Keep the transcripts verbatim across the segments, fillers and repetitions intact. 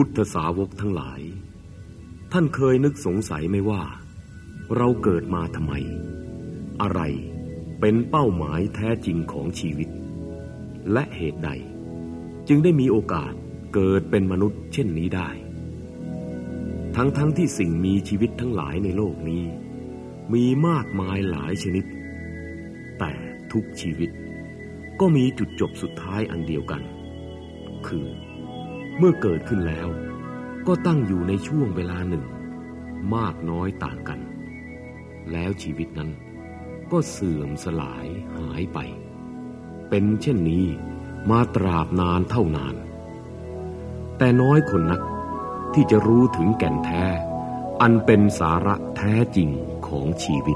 พุทธสาวกทั้งหลายท่านเคยนึกสงสัยไหมว่าเราเกิดมาทำไมอะไรเป็นเป้าหมายแท้จริงของชีวิตและเหตุใดจึงได้มีโอกาสเกิดเป็นมนุษย์เช่นนี้ได้ทั้งๆ ท, ที่สิ่งมีชีวิตทั้งหลายในโลกนี้มีมากมายหลายชนิดแต่ทุกชีวิตก็มีจุดจบสุดท้ายอันเดียวกันคือเมื่อเกิดขึ้นแล้วก็ตั้งอยู่ในช่วงเวลาหนึ่งมากน้อยต่างกันแล้วชีวิตนั้นก็เสื่อมสลายหายไปเป็นเช่นนี้มาตราบนานเท่านานแต่น้อยคนนักที่จะรู้ถึงแก่นแท้อันเป็นสาระแท้จริงของชีวิต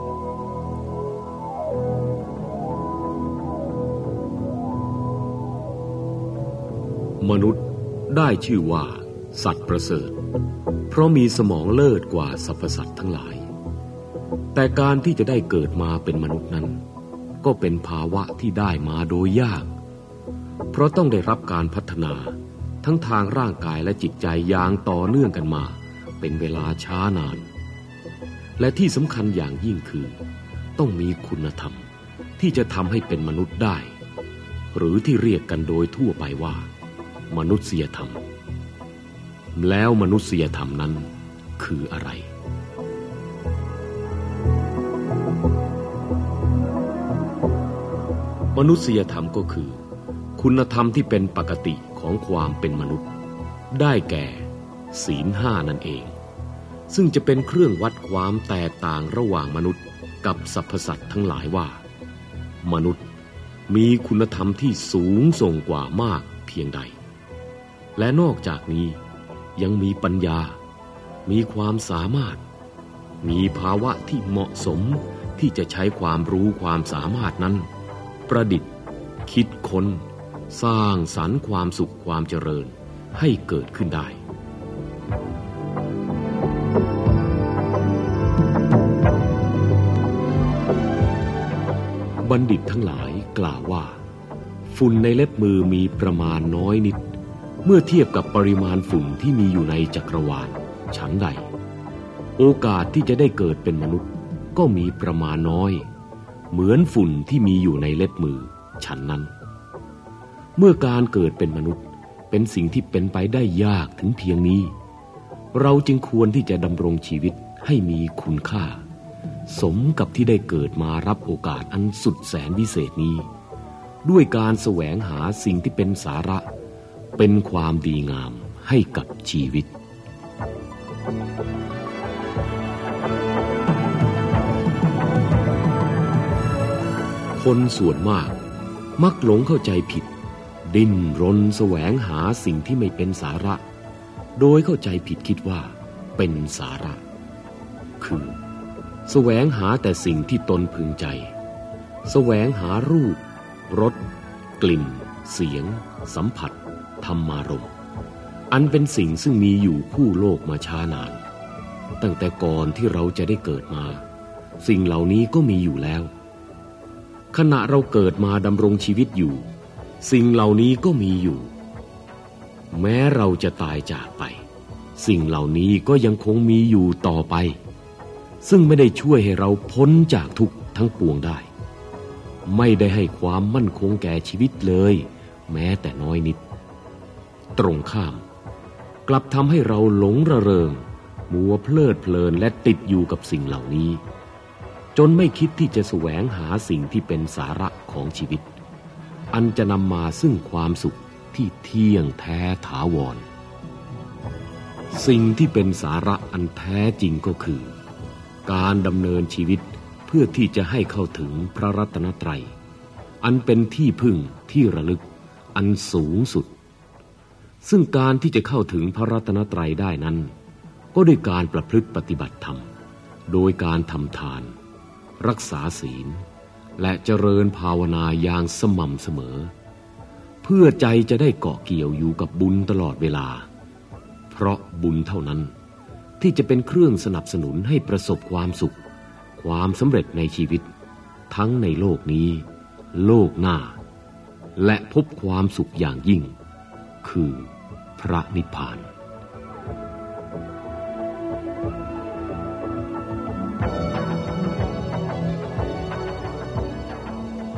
มนุษย์ได้ชื่อว่าสัตว์ประเสริฐเพราะมีสมองเลิศกว่าสรรพสัตว์ทั้งหลายแต่การที่จะได้เกิดมาเป็นมนุษย์นั้นก็เป็นภาวะที่ได้มาโดยยากเพราะต้องได้รับการพัฒนาทั้งทางร่างกายและจิตใจอย่างต่อเนื่องกันมาเป็นเวลาช้านานและที่สำคัญอย่างยิ่งคือต้องมีคุณธรรมที่จะทำให้เป็นมนุษย์ได้หรือที่เรียกกันโดยทั่วไปว่ามนุษยธรรมแล้วมนุษยธรรมนั้นคืออะไรมนุษยธรรมก็คือคุณธรรมที่เป็นปกติของความเป็นมนุษย์ได้แก่ศีลห้านั่นเองซึ่งจะเป็นเครื่องวัดความแตกต่างระหว่างมนุษย์กับสรรพสัตว์ทั้งหลายว่ามนุษย์มีคุณธรรมที่สูงส่งกว่ามากเพียงใดและนอกจากนี้ยังมีปัญญามีความสามารถมีภาวะที่เหมาะสมที่จะใช้ความรู้ความสามารถนั้นประดิษฐ์คิดค้นสร้างสรรค์ความสุขความเจริญให้เกิดขึ้นได้บัณฑิตทั้งหลายกล่าวว่าฝุ่นในเล็บมือมีประมาณน้อยนิดเมื่อเทียบกับปริมาณฝุ่นที่มีอยู่ในจักรวาลฉันใดโอกาสที่จะได้เกิดเป็นมนุษย์ก็มีประมาณน้อยเหมือนฝุ่นที่มีอยู่ในเล็บมือฉันนั้นเมื่อการเกิดเป็นมนุษย์เป็นสิ่งที่เป็นไปได้ยากถึงเพียงนี้เราจึงควรที่จะดำรงชีวิตให้มีคุณค่าสมกับที่ได้เกิดมารับโอกาสอันสุดแสนวิเศษนี้ด้วยการแสวงหาสิ่งที่เป็นสาระเป็นความดีงามให้กับชีวิตคนส่วนมากมักหลงเข้าใจผิดดิ้นรนแสวงหาสิ่งที่ไม่เป็นสาระโดยเข้าใจผิดคิดว่าเป็นสาระคือแสวงหาแต่สิ่งที่ตนพึงใจแสวงหารูปรสกลิ่นเสียงสัมผัสธรรมารมณ์อันเป็นสิ่งซึ่งมีอยู่คู่โลกมาช้านานตั้งแต่ก่อนที่เราจะได้เกิดมาสิ่งเหล่านี้ก็มีอยู่แล้วขณะเราเกิดมาดำรงชีวิตอยู่สิ่งเหล่านี้ก็มีอยู่แม้เราจะตายจากไปสิ่งเหล่านี้ก็ยังคงมีอยู่ต่อไปซึ่งไม่ได้ช่วยให้เราพ้นจากทุกข์ทั้งปวงได้ไม่ได้ให้ความมั่นคงแก่ชีวิตเลยแม้แต่น้อยนิดตรงข้ามกลับทำให้เราหลงระเริงมัวเพลิดเพลินและติดอยู่กับสิ่งเหล่านี้จนไม่คิดที่จะแสวงหาสิ่งที่เป็นสาระของชีวิตอันจะนำมาซึ่งความสุขที่เที่ยงแท้ถาวรสิ่งที่เป็นสาระอันแท้จริงก็คือการดำเนินชีวิตเพื่อที่จะให้เข้าถึงพระรัตนตรัยอันเป็นที่พึ่งที่ระลึกอันสูงสุดซึ่งการที่จะเข้าถึงพระรัตนตรัยได้นั้นก็ด้วยการประพฤติปฏิบัติธรรมโดยการทำทานรักษาศีลและเจริญภาวนาอย่างสม่ำเสมอเพื่อใจจะได้เกาะเกี่ยวอยู่กับบุญตลอดเวลาเพราะบุญเท่านั้นที่จะเป็นเครื่องสนับสนุนให้ประสบความสุขความสำเร็จในชีวิตทั้งในโลกนี้โลกหน้าและพบความสุขอย่างยิ่งคือพระนิพพาน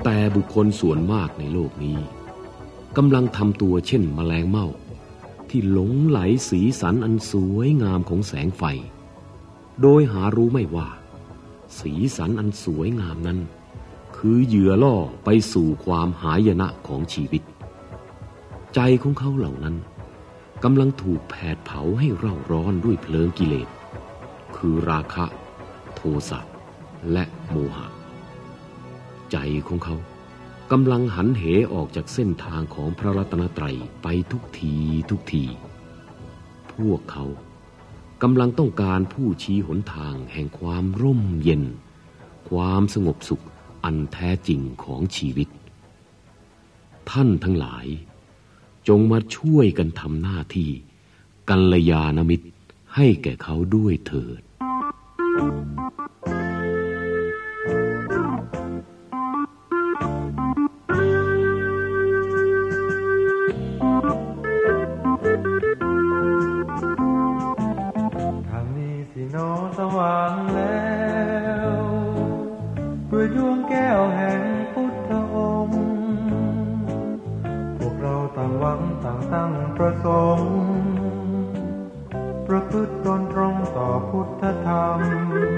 แต่บุคคลส่วนมากในโลกนี้กำลังทำตัวเช่นแมลงเม่าที่หลงไหลสีสันอันสวยงามของแสงไฟโดยหารู้ไม่ว่าสีสันอันสวยงามนั้นคือเหยื่อล่อไปสู่ความหายนะของชีวิตใจของเขาเหล่านั้นกำลังถูกแผดเผาให้เร่าร้อนด้วยเพลิงกิเลสคือราคะโทสะและโมหะใจของเขากำลังหันเหออกจากเส้นทางของพระรัตนตรัยไปทุกทีทุกทีพวกเขากำลังต้องการผู้ชี้หนทางแห่งความร่มเย็นความสงบสุขอันแท้จริงของชีวิตท่านทั้งหลายจงมาช่วยกันทำหน้าที่กัลยาณมิตรให้แก่เขาด้วยเถิดสว่างแล้วด้วยดวงแก้วแห่งพุทธองค์พวกเราต่างหวังต่างตั้งประสงค์ประพฤติตนตรงต่อพุทธธรรม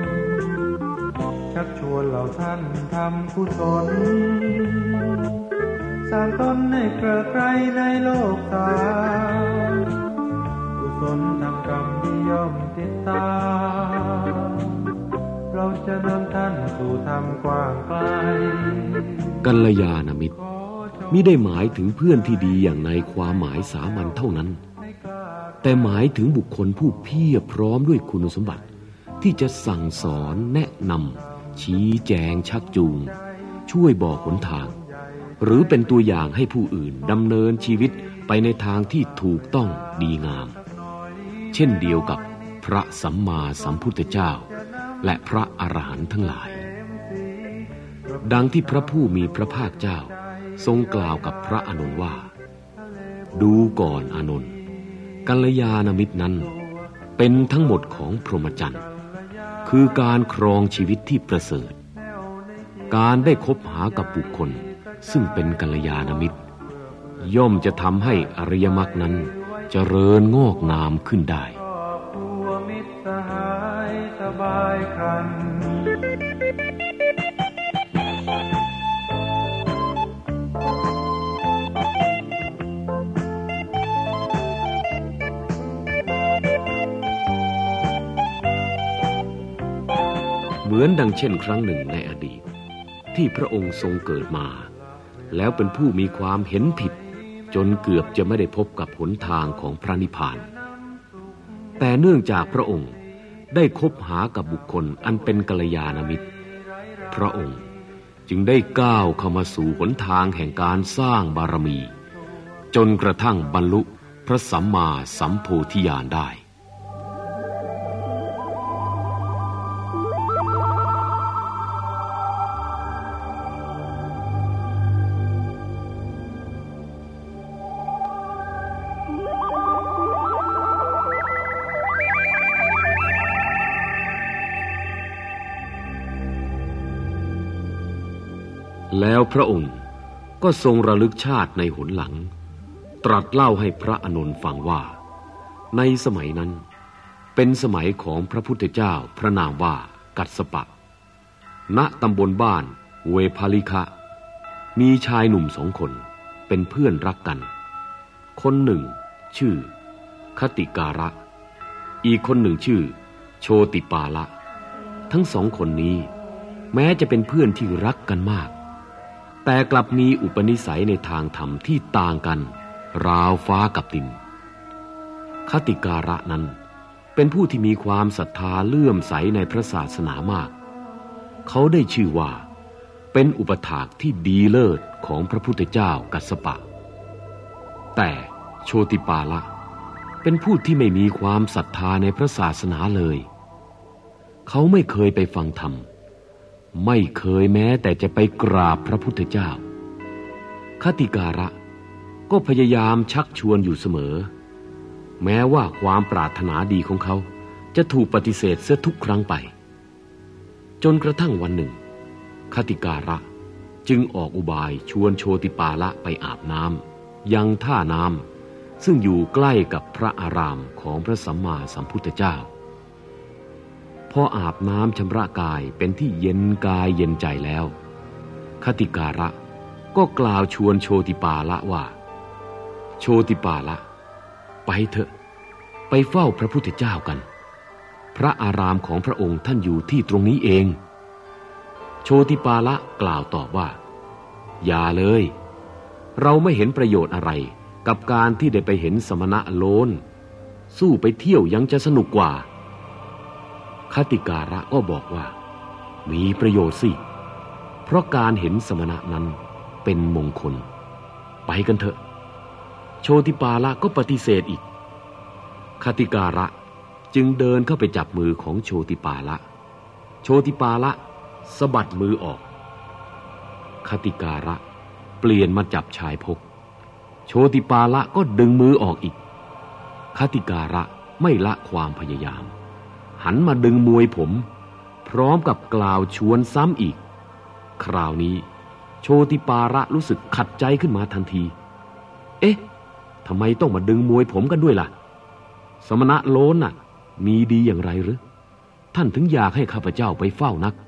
ชักชวนเหล่าท่านทำกุศลสร้างตนให้เกริกไกรในโลกตากุศลทำกรรมที่ย่อมติดตามเราจะนำท่านสู่ธรรมกว้างไกลกัลยาณมิตรมิได้หมายถึงเพื่อนที่ดีอย่างในความหมายสามัญเท่านั้นแต่หมายถึงบุคคลผู้เพียบพร้อมด้วยคุณสมบัติที่จะสั่งสอนแนะนำชี้แจงชักจูงช่วยบอกหนทางหรือเป็นตัวอย่างให้ผู้อื่นดำเนินชีวิตไปในทางที่ถูกต้องดีงามเช่นเดียวกับพระสัมมาสัมพุทธเจ้าและพระอรหันต์ทั้งหลายดังที่พระผู้มีพระภาคเจ้าทรงกล่าวกับพระอานนท์ว่าดูก่อนอานนท์กัลยาณมิตรนั้นเป็นทั้งหมดของพรหมจรรย์คือการครองชีวิตที่ประเสริฐการได้คบหากับบุคคลซึ่งเป็นกัลยาณมิตรย่อมจะทำให้อริยมรรคนั้นเจริญงอกงามขึ้นได้เหมือนดังเช่นครั้งหนึ่งในอดีตที่พระองค์ทรงเกิดมาแล้วเป็นผู้มีความเห็นผิดจนเกือบจะไม่ได้พบกับหนทางของพระนิพพานแต่เนื่องจากพระองค์ได้คบหากับบุคคลอันเป็นกัลยาณมิตรพระองค์จึงได้ก้าวเข้ามาสู่หนทางแห่งการสร้างบารมีจนกระทั่งบรรลุพระสัมมาสัมโพธิญาณได้แล้วพระองค์ก็ทรงระลึกชาติในหนหลังตรัสเล่าให้พระอานนท์ฟังว่าในสมัยนั้นเป็นสมัยของพระพุทธเจ้าพระนามว่ากัสสปะณตำบลบ้านเวภาลิคะมีชายหนุ่มสองคนเป็นเพื่อนรักกันคนหนึ่งชื่อคติการะอีกคนหนึ่งชื่อโชติปาละทั้งสองคนนี้แม้จะเป็นเพื่อนที่รักกันมากแต่กลับมีอุปนิสัยในทางธรรมที่ต่างกันราวฟ้ากับดินคติการะนั้นเป็นผู้ที่มีความศรัทธาเลื่อมใสในพระศาสนามากเขาได้ชื่อว่าเป็นอุปถากที่ดีเลิศของพระพุทธเจ้ากัสสปะแต่โชติปาละเป็นผู้ที่ไม่มีความศรัทธาในพระศาสนาเลยเขาไม่เคยไปฟังธรรมไม่เคยแม้แต่จะไปกราบพระพุทธเจ้าคติการะก็พยายามชักชวนอยู่เสมอแม้ว่าความปรารถนาดีของเขาจะถูกปฏิเสธเสียทุกครั้งไปจนกระทั่งวันหนึ่งคติการะจึงออกอุบายชวนโชติปาละไปอาบน้ำยังท่าน้ำซึ่งอยู่ใกล้กับพระอารามของพระสัมมาสัมพุทธเจ้าพออาบน้ำชำระกายเป็นที่เย็นกายเย็นใจแล้วคติการะก็กล่าวชวนโชติปาละว่าโชติปาละไปเถอะไปเฝ้าพระพุทธเจ้ากันพระอารามของพระองค์ท่านอยู่ที่ตรงนี้เองโชติปาละกล่าวตอบว่าอย่าเลยเราไม่เห็นประโยชน์อะไรกับการที่ได้ไปเห็นสมณะโลนสู้ไปเที่ยวยังจะสนุกกว่าคติการะก็บอกว่ามีประโยชน์สิเพราะการเห็นสมณะนั้นเป็นมงคลไปกันเถอะโชติปาละก็ปฏิเสธอีกคติการะจึงเดินเข้าไปจับมือของโชติปาละโชติปาละสะบัดมือออกคติการะเปลี่ยนมาจับชายพกโชติปาละก็ดึงมือออกอีกคติการะไม่ละความพยายามหันมาดึงมวยผมพร้อมกับกล่าวชวนซ้ำอีกคราวนี้โชติปาละรู้สึกขัดใจขึ้นมาทันทีเอ๊ะทำไมต้องมาดึงมวยผมกันด้วยล่ะสมณะโลนน่ะมีดีอย่างไรหรือท่านถึงอยากให้ข้าพเจ้าไปเฝ้านัก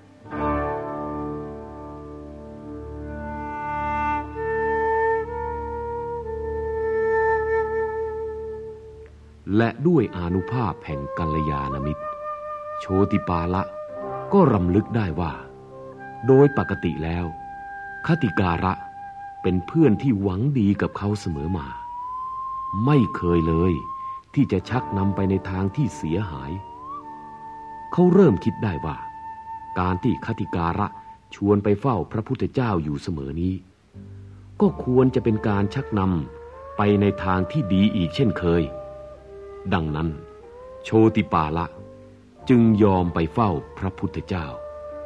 และด้วยอานุภาพแห่งกัลยาณมิตรโชติปาละก็รำลึกได้ว่าโดยปกติแล้วคติการะเป็นเพื่อนที่หวังดีกับเขาเสมอมาไม่เคยเลยที่จะชักนำไปในทางที่เสียหายเขาเริ่มคิดได้ว่าการที่คติการะชวนไปเฝ้าพระพุทธเจ้าอยู่เสมอนี้ก็ควรจะเป็นการชักนำไปในทางที่ดีอีกเช่นเคยดังนั้นโชติปาละจึงยอมไปเฝ้าพระพุทธเจ้า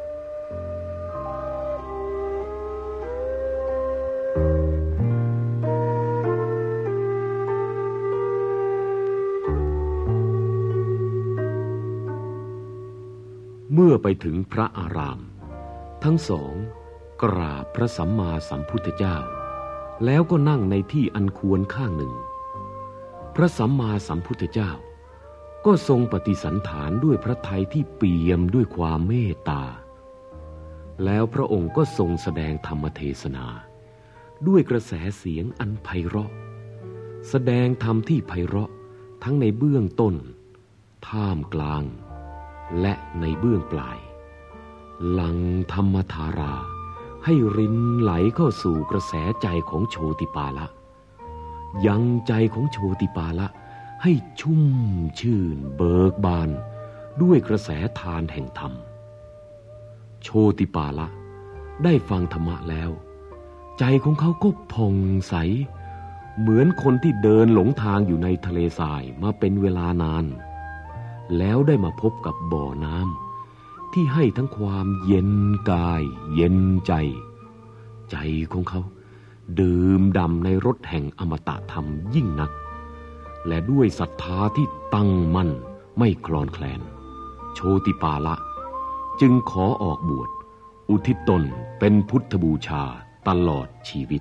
เมื่อไปถึงพระอารามทั้งสองกราบพระสัมมาสัมพุทธเจ้าแล้วก็นั่งในที่อันควรข้างหนึ่งพระสัมมาสัมพุทธเจ้าก็ทรงปฏิสันถานด้วยพระทัยที่เปี่ยมด้วยความเมตตาแล้วพระองค์ก็ทรงแสดงธรรมเทศนาด้วยกระแสเสียงอันไพเราะแสดงธรรมที่ไพเราะทั้งในเบื้องต้นท่ามกลางและในเบื้องปลายหลั่งธรรมธาราให้รินไหลเข้าสู่กระแสใจของโชติปาละยังใจของโชติปาละให้ชุ่มชื่นเบิกบานด้วยกระแสทานแห่งธรรมโชติปาละได้ฟังธรรมะแล้วใจของเขาก็ผ่องใสเหมือนคนที่เดินหลงทางอยู่ในทะเลทรายมาเป็นเวลานานแล้วได้มาพบกับบ่อน้ำที่ให้ทั้งความเย็นกายเย็นใจใจของเขาดื่มด่ำในรสแห่งอมตะธรรมยิ่งนักและด้วยศรัทธาที่ตั้งมั่นไม่คลอนแคลนโชติปาละจึงขอออกบวชอุทิศตนเป็นพุทธบูชาตลอดชีวิต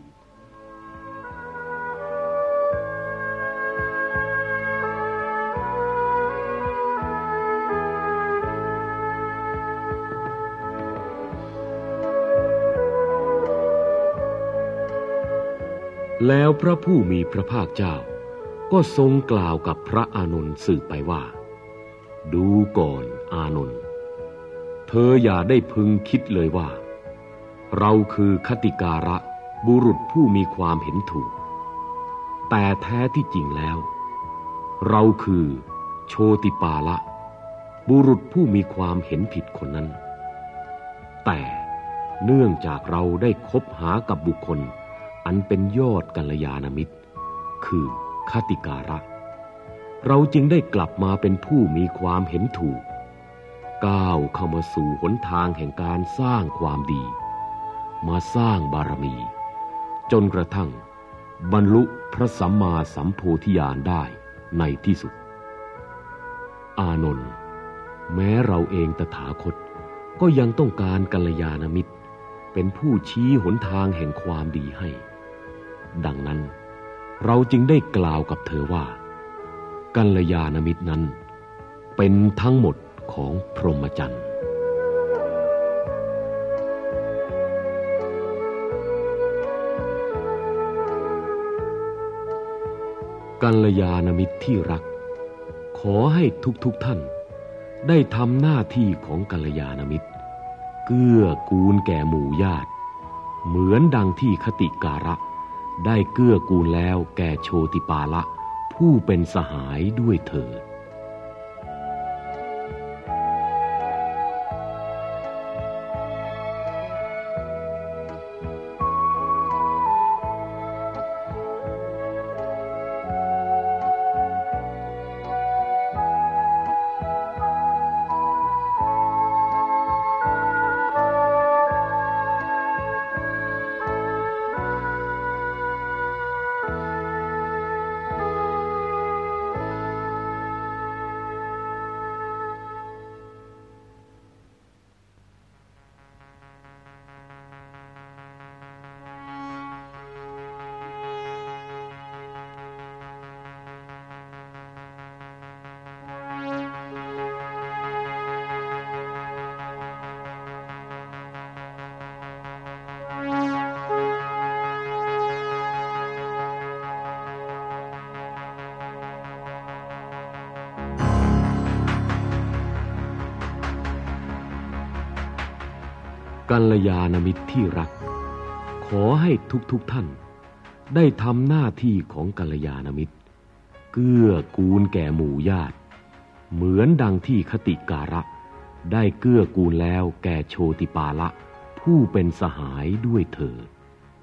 แล้วพระผู้มีพระภาคเจ้าก็ทรงกล่าวกับพระอานนท์สืบไปว่าดูก่อนอานนท์เธออย่าได้พึงคิดเลยว่าเราคือคติการะบุรุษผู้มีความเห็นถูกแต่แท้ที่จริงแล้วเราคือโชติปาละบุรุษผู้มีความเห็นผิดคนนั้นแต่เนื่องจากเราได้คบหากับบุคคลอันเป็นยอดกัลยาณมิตรคือคติการะเราจึงได้กลับมาเป็นผู้มีความเห็นถูกก้าวเข้ามาสู่หนทางแห่งการสร้างความดีมาสร้างบารมีจนกระทั่งบรรลุพระสัมมาสัมโพธิญาณได้ในที่สุดอานนท์แม้เราเองตถาคตก็ยังต้องการกัลยาณมิตรเป็นผู้ชี้หนทางแห่งความดีให้ดังนั้นเราจึงได้กล่าวกับเธอว่ากัลยาณมิตรนั้นเป็นทั้งหมดของพรหมจรรย์กัลยาณมิตรที่รักขอให้ทุกๆท่านได้ทำหน้าที่ของกัลยาณมิตรเกื้อกูลแก่หมู่ญาติเหมือนดังที่คติการะได้เกื้อกูลแล้วแก่โชติปาละผู้เป็นสหายด้วยเถิดกัลยาณมิตรที่รักขอให้ทุกๆท่านได้ทำหน้าที่ของกัลยาณมิตรเกื้อกูลแก่หมู่ญาติเหมือนดังที่คติการะได้เกื้อกูลแล้วแก่โชติปาละผู้เป็นสหายด้วยเถิด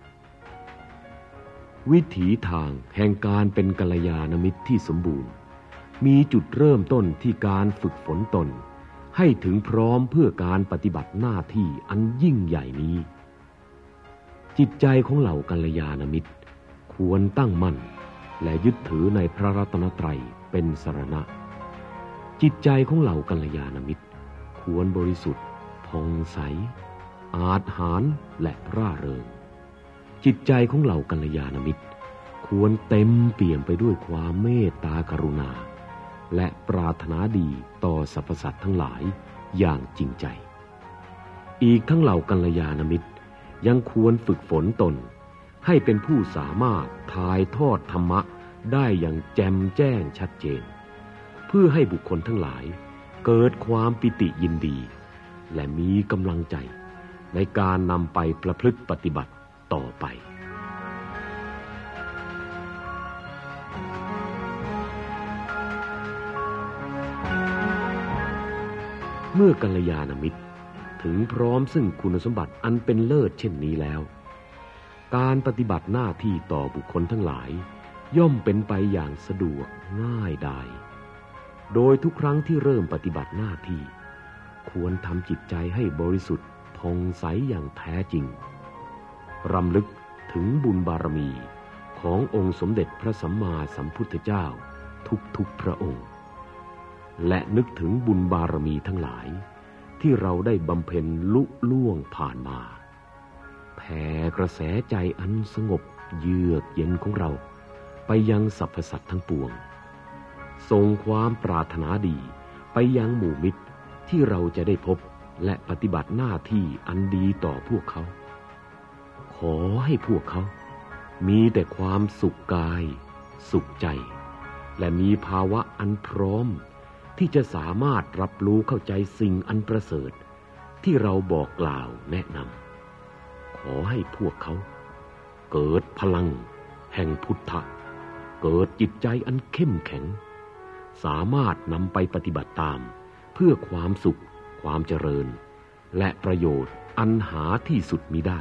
วิถีทางแห่งการเป็นกัลยาณมิตรที่สมบูรณ์มีจุดเริ่มต้นที่การฝึกฝนตนให้ถึงพร้อมเพื่อการปฏิบัติหน้าที่อันยิ่งใหญ่นี้จิตใจของเหล่ากัลยาณมิตรควรตั้งมั่นและยึดถือในพระรัตนตรัยเป็นสรณะจิตใจของเหล่ากัลยาณมิตรควรบริสุทธิ์ผ่องใสอาจหาญและร่าเริงจิตใจของเหล่ากัลยาณมิตรควรเต็มเปี่ยมไปด้วยความเมตตากรุณาและปรารถนาดีต่อสรรพสัตว์ทั้งหลายอย่างจริงใจอีกทั้งเหล่ากัลยาณมิตรยังควรฝึกฝนตนให้เป็นผู้สามารถถ่ายทอดธรรมะได้อย่างแจ่มแจ้งชัดเจนเพื่อให้บุคคลทั้งหลายเกิดความปิติยินดีและมีกำลังใจในการนำไปประพฤติปฏิบัติต่อไปเมื่อกัลยาณมิตรถึงพร้อมซึ่งคุณสมบัติอันเป็นเลิศเช่นนี้แล้วการปฏิบัติหน้าที่ต่อบุคคลทั้งหลายย่อมเป็นไปอย่างสะดวกง่ายดายโดยทุกครั้งที่เริ่มปฏิบัติหน้าที่ควรทำจิตใจให้บริสุทธิ์ผ่องใสอย่างแท้จริงรำลึกถึงบุญบารมีขององค์สมเด็จพระสัมมาสัมพุทธเจ้าทุกๆพระองค์และนึกถึงบุญบารมีทั้งหลายที่เราได้บำเพ็ญลุล่วงผ่านมาแผ่กระแสใจอันสงบเยือกเย็นของเราไปยังสรรพสัตว์ทั้งปวงส่งความปรารถนาดีไปยังหมู่มิตรที่เราจะได้พบและปฏิบัติหน้าที่อันดีต่อพวกเขาขอให้พวกเขามีแต่ความสุขกายสุขใจและมีภาวะอันพร้อมที่จะสามารถรับรู้เข้าใจสิ่งอันประเสริฐที่เราบอกกล่าวแนะนำขอให้พวกเขาเกิดพลังแห่งพุทธะเกิดจิตใจอันเข้มแข็งสามารถนำไปปฏิบัติตามเพื่อความสุขความเจริญและประโยชน์อันหาที่สุดมิได้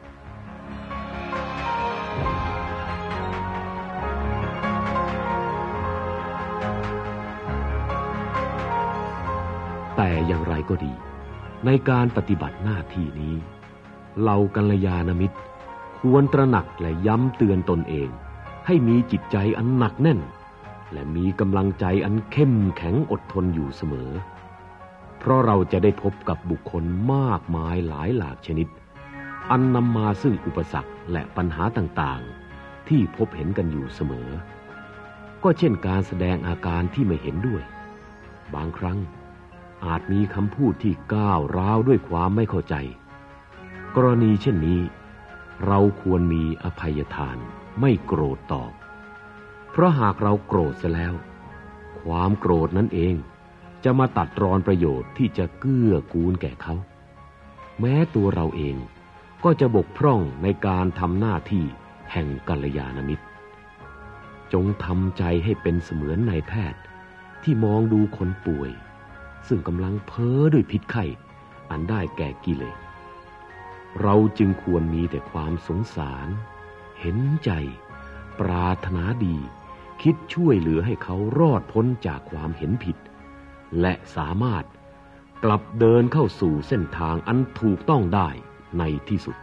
แต่อย่างไรก็ดีในการปฏิบัติหน้าที่นี้เหล่ากัลยาณมิตรควรตระหนักและย้ำเตือนตนเองให้มีจิตใจอันหนักแน่นและมีกำลังใจอันเข้มแข็งอดทนอยู่เสมอเพราะเราจะได้พบกับบุคคลมากมายหลายหลากชนิดอันนำมาซึ่งอุปสรรคและปัญหาต่างๆที่พบเห็นกันอยู่เสมอก็เช่นการแสดงอาการที่ไม่เห็นด้วยบางครั้งอาจมีคำพูดที่ก้าวร้าวด้วยความไม่เข้าใจกรณีเช่นนี้เราควรมีอภัยทานไม่โกรธตอบเพราะหากเราโกรธเสียแล้วความโกรธนั่นเองจะมาตัดรอนประโยชน์ที่จะเกื้อกูลแก่เขาแม้ตัวเราเองก็จะบกพร่องในการทำหน้าที่แห่งกัลยาณมิตรจงทำใจให้เป็นเสมือนนายแพทย์ที่มองดูคนป่วยซึ่งกำลังเพ้อด้วยพิษไข้อันได้แก่กิเลสเราจึงควรมีแต่ความสงสารเห็นใจปรารถนาดีคิดช่วยเหลือให้เขารอดพ้นจากความเห็นผิดและสามารถกลับเดินเข้าสู่เส้นทางอันถูกต้องได้ในที่สุด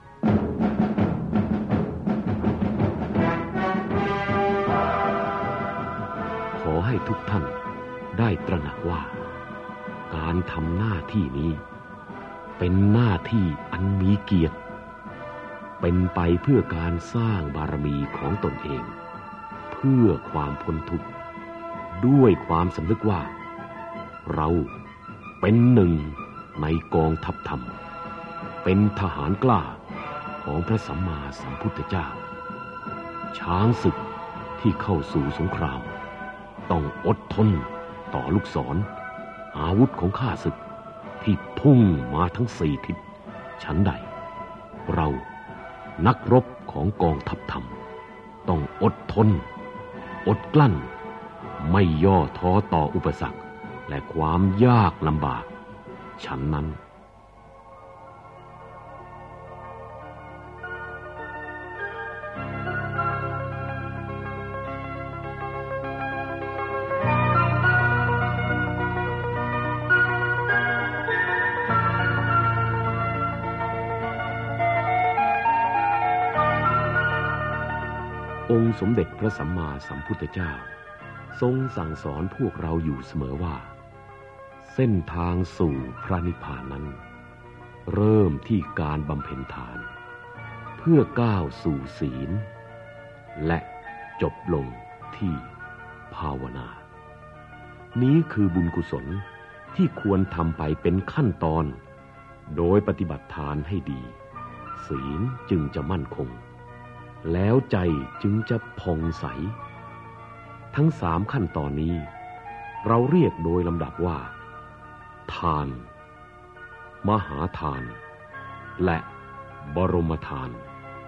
ขอให้ทุกท่านได้ตระหนักว่าการทำหน้าที่นี้เป็นหน้าที่อันมีเกียรติเป็นไปเพื่อการสร้างบารมีของตนเองเพื่อความพ้นทุกข์ด้วยความสำนึกว่าเราเป็นหนึ่งในกองทัพธรรมเป็นทหารกล้าของพระสัมมาสัมพุทธเจ้าช้างศึกที่เข้าสู่สงครามต้องอดทนต่อลูกศรอาวุธของข้าศึกที่พุ่งมาทั้งสี่ทิศฉันใดเรานักรบของกองทัพธรรมต้องอดทนอดกลั้นไม่ย่อท้อต่ออุปสรรคและความยากลำบากฉันนั้นองค์สมเด็จพระสัมมาสัมพุทธเจ้าทรงสั่งสอนพวกเราอยู่เสมอว่าเส้นทางสู่พระนิพพานนั้นเริ่มที่การบำเพ็ญทานเพื่อก้าวสู่ศีลและจบลงที่ภาวนานี้คือบุญกุศลที่ควรทำไปเป็นขั้นตอนโดยปฏิบัติทานให้ดีศีลจึงจะมั่นคงแล้วใจจึงจะผ่องใสทั้งสามขั้นตอนนี้เราเรียกโดยลำดับว่าทานมหาทานและบรมทาน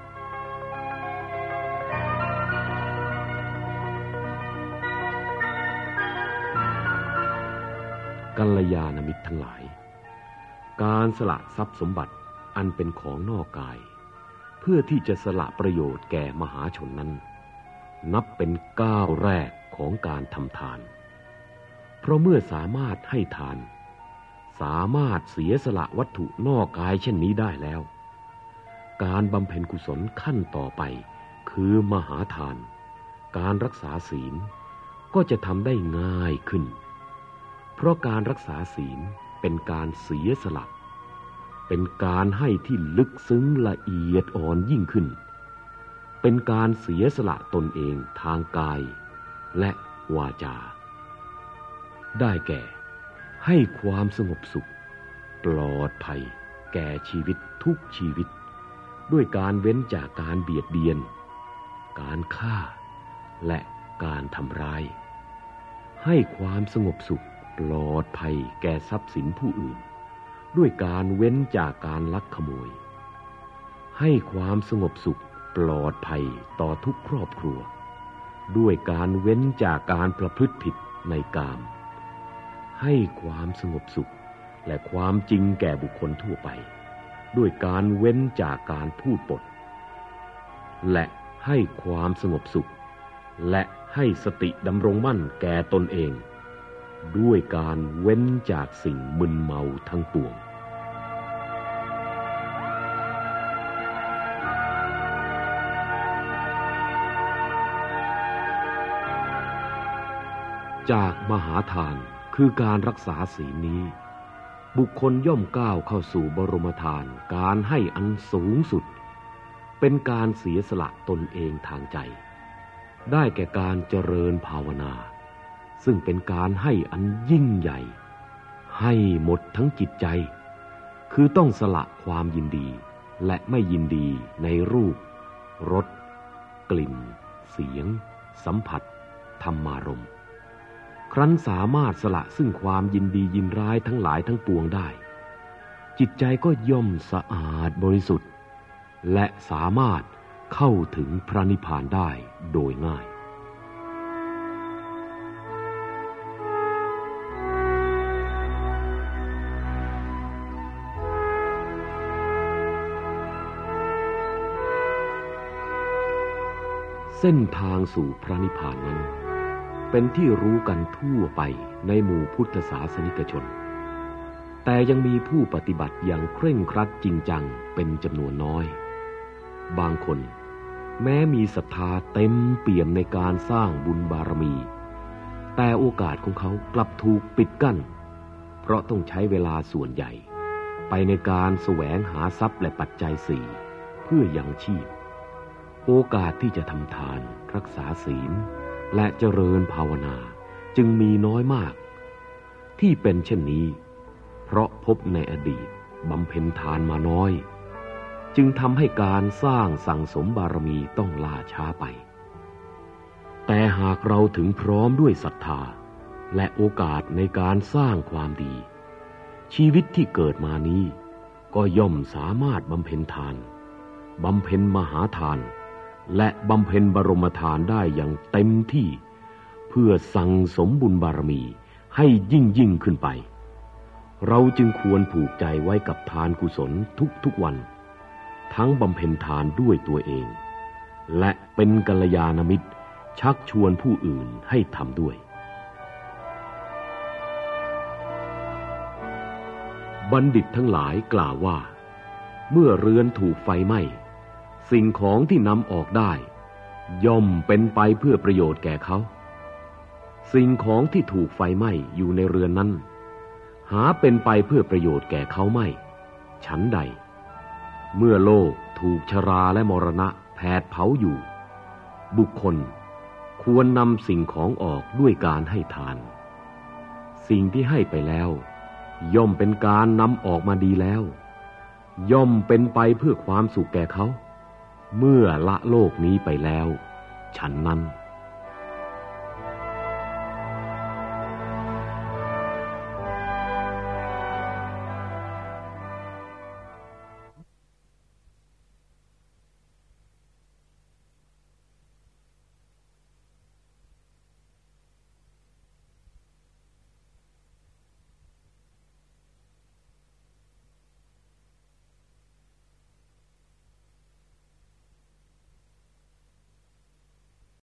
กัลยาณมิตรทั้งหลายการสละทรัพย์สมบัติอันเป็นของนอกกายเพื่อที่จะสละประโยชน์แก่มหาชนนั้นนับเป็นก้าวแรกของการทำทานเพราะเมื่อสามารถให้ทานสามารถเสียสละวัตถุนอกกายเช่นนี้ได้แล้วการบำเพ็ญกุศลขั้นต่อไปคือมหาทานการรักษาศีลก็จะทำได้ง่ายขึ้นเพราะการรักษาศีลเป็นการเสียสละเป็นการให้ที่ลึกซึ้งละเอียดอ่อนยิ่งขึ้นเป็นการเสียสละตนเองทางกายและวาจาได้แก่ให้ความสงบสุขปลอดภัยแก่ชีวิตทุกชีวิตด้วยการเว้นจากการเบียดเบียนการฆ่าและการทำร้ายให้ความสงบสุขปลอดภัยแก่ทรัพย์สินผู้อื่นด้วยการเว้นจากการลักขโมยให้ความสงบสุขปลอดภัยต่อทุกครอบครัวด้วยการเว้นจากการประพฤติผิดในกามให้ความสงบสุขและความจริงแก่บุคคลทั่วไปด้วยการเว้นจากการพูดปดและให้ความสงบสุขและให้สติดำรงมั่นแก่ตนเองด้วยการเว้นจากสิ่งมึนเมาทั้งปวงจากมหาทานคือการรักษาศีลนี้บุคคลย่อมก้าวเข้าสู่บรมทานการให้อันสูงสุดเป็นการเสียสละตนเองทางใจได้แก่การเจริญภาวนาซึ่งเป็นการให้อันยิ่งใหญ่ให้หมดทั้งจิตใจคือต้องสละความยินดีและไม่ยินดีในรูปรสกลิ่นเสียงสัมผัสธรรมารมณ์ครั้นสามารถสละซึ่งความยินดียินร้ายทั้งหลายทั้งปวงได้จิตใจก็ย่อมสะอาดบริสุทธิ์และสามารถเข้าถึงพระนิพพานได้โดยง่ายเส้นทางสู่พระนิพพานนั้นเป็นที่รู้กันทั่วไปในหมู่พุทธศาสนิกชนแต่ยังมีผู้ปฏิบัติอย่างเคร่งครัดจริงจังเป็นจำนวนน้อยบางคนแม้มีศรัทธาเต็มเปี่ยมในการสร้างบุญบารมีแต่โอกาสของเขากลับถูกปิดกั้นเพราะต้องใช้เวลาส่วนใหญ่ไปในการแสวงหาทรัพย์และปัจจัยสี่เพื่อยังชีพโอกาสที่จะทำทานรักษาศีลและเจริญภาวนาจึงมีน้อยมากที่เป็นเช่นนี้เพราะพบในอดีตบำเพ็ญทานมาน้อยจึงทำให้การสร้างสั่งสมบารมีต้องล่าช้าไปแต่หากเราถึงพร้อมด้วยศรัทธาและโอกาสในการสร้างความดีชีวิตที่เกิดมานี้ก็ย่อมสามารถบำเพ็ญทานบำเพ็ญมหาทานและบำเพ็ญบรมทานได้อย่างเต็มที่เพื่อสั่งสมบุญบารมีให้ยิ่งยิ่งขึ้นไปเราจึงควรผูกใจไว้กับทานกุศลทุกๆวันทั้งบำเพ็ญทานด้วยตัวเองและเป็นกัลยาณมิตรชักชวนผู้อื่นให้ทำด้วยบัณฑิตทั้งหลายกล่าวว่าเมื่อเรือนถูกไฟไหม้สิ่งของที่นำออกได้ย่อมเป็นไปเพื่อประโยชน์แก่เขาสิ่งของที่ถูกไฟไหม้อยู่ในเรือนนั้นหาเป็นไปเพื่อประโยชน์แก่เขาไม่ฉันใดเมื่อโลกถูกชราและมรณะแผดเผาอยู่บุคคลควรนำสิ่งของออกด้วยการให้ทานสิ่งที่ให้ไปแล้วย่อมเป็นการนำออกมาดีแล้วย่อมเป็นไปเพื่อความสุขแก่เขาเมื่อละโลกนี้ไปแล้วฉันนั้น